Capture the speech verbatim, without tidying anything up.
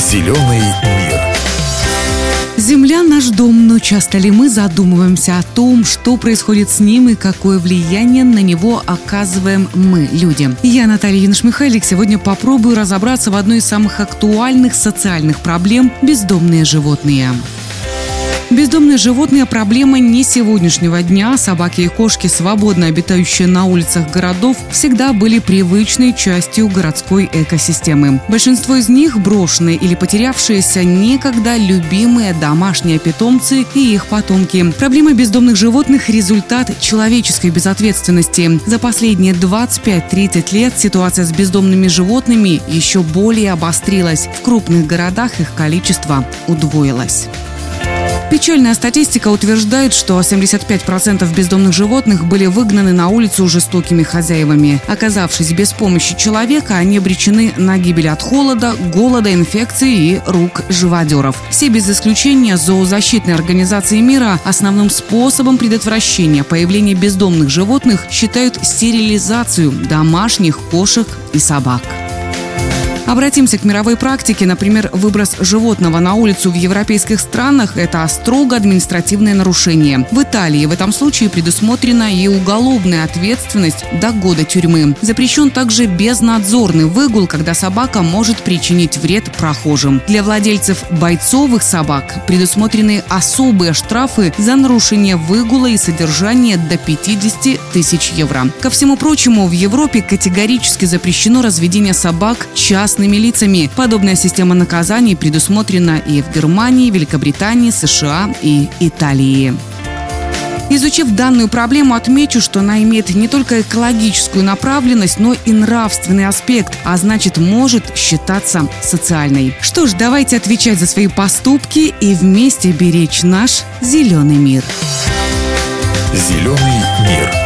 Зеленый мир. Земля – наш дом, но часто ли мы задумываемся о том, что происходит с ним и какое влияние на него оказываем мы, люди? Я, Наталья Януш-Михайлик, сегодня попробую разобраться в одной из самых актуальных социальных проблем – бездомные животные. Бездомные животные – проблема не сегодняшнего дня. Собаки и кошки, свободно обитающие на улицах городов, всегда были привычной частью городской экосистемы. Большинство из них – брошенные или потерявшиеся некогда любимые домашние питомцы и их потомки. Проблема бездомных животных – результат человеческой безответственности. За последние двадцать пять - тридцать лет ситуация с бездомными животными еще более обострилась. В крупных городах их количество удвоилось. Печальная статистика утверждает, что семьдесят пять процентов бездомных животных были выгнаны на улицу жестокими хозяевами. Оказавшись без помощи человека, они обречены на гибель от холода, голода, инфекций и рук живодеров. Все без исключения зоозащитные организации мира основным способом предотвращения появления бездомных животных считают стерилизацию домашних кошек и собак. Обратимся к мировой практике. Например, выброс животного на улицу в европейских странах – это строго административное нарушение. В Италии в этом случае предусмотрена и уголовная ответственность до года тюрьмы. Запрещен также безнадзорный выгул, когда собака может причинить вред прохожим. Для владельцев бойцовых собак предусмотрены особые штрафы за нарушение выгула и содержание до пятьдесят тысяч евро. Ко всему прочему, в Европе категорически запрещено разведение собак частными лицами. Подобная система наказаний предусмотрена и в Германии, Великобритании, США и Италии. Изучив данную проблему, отмечу, что она имеет не только экологическую направленность, но и нравственный аспект, а значит, может считаться социальной. Что ж, давайте отвечать за свои поступки и вместе беречь наш зеленый мир. Зеленый мир.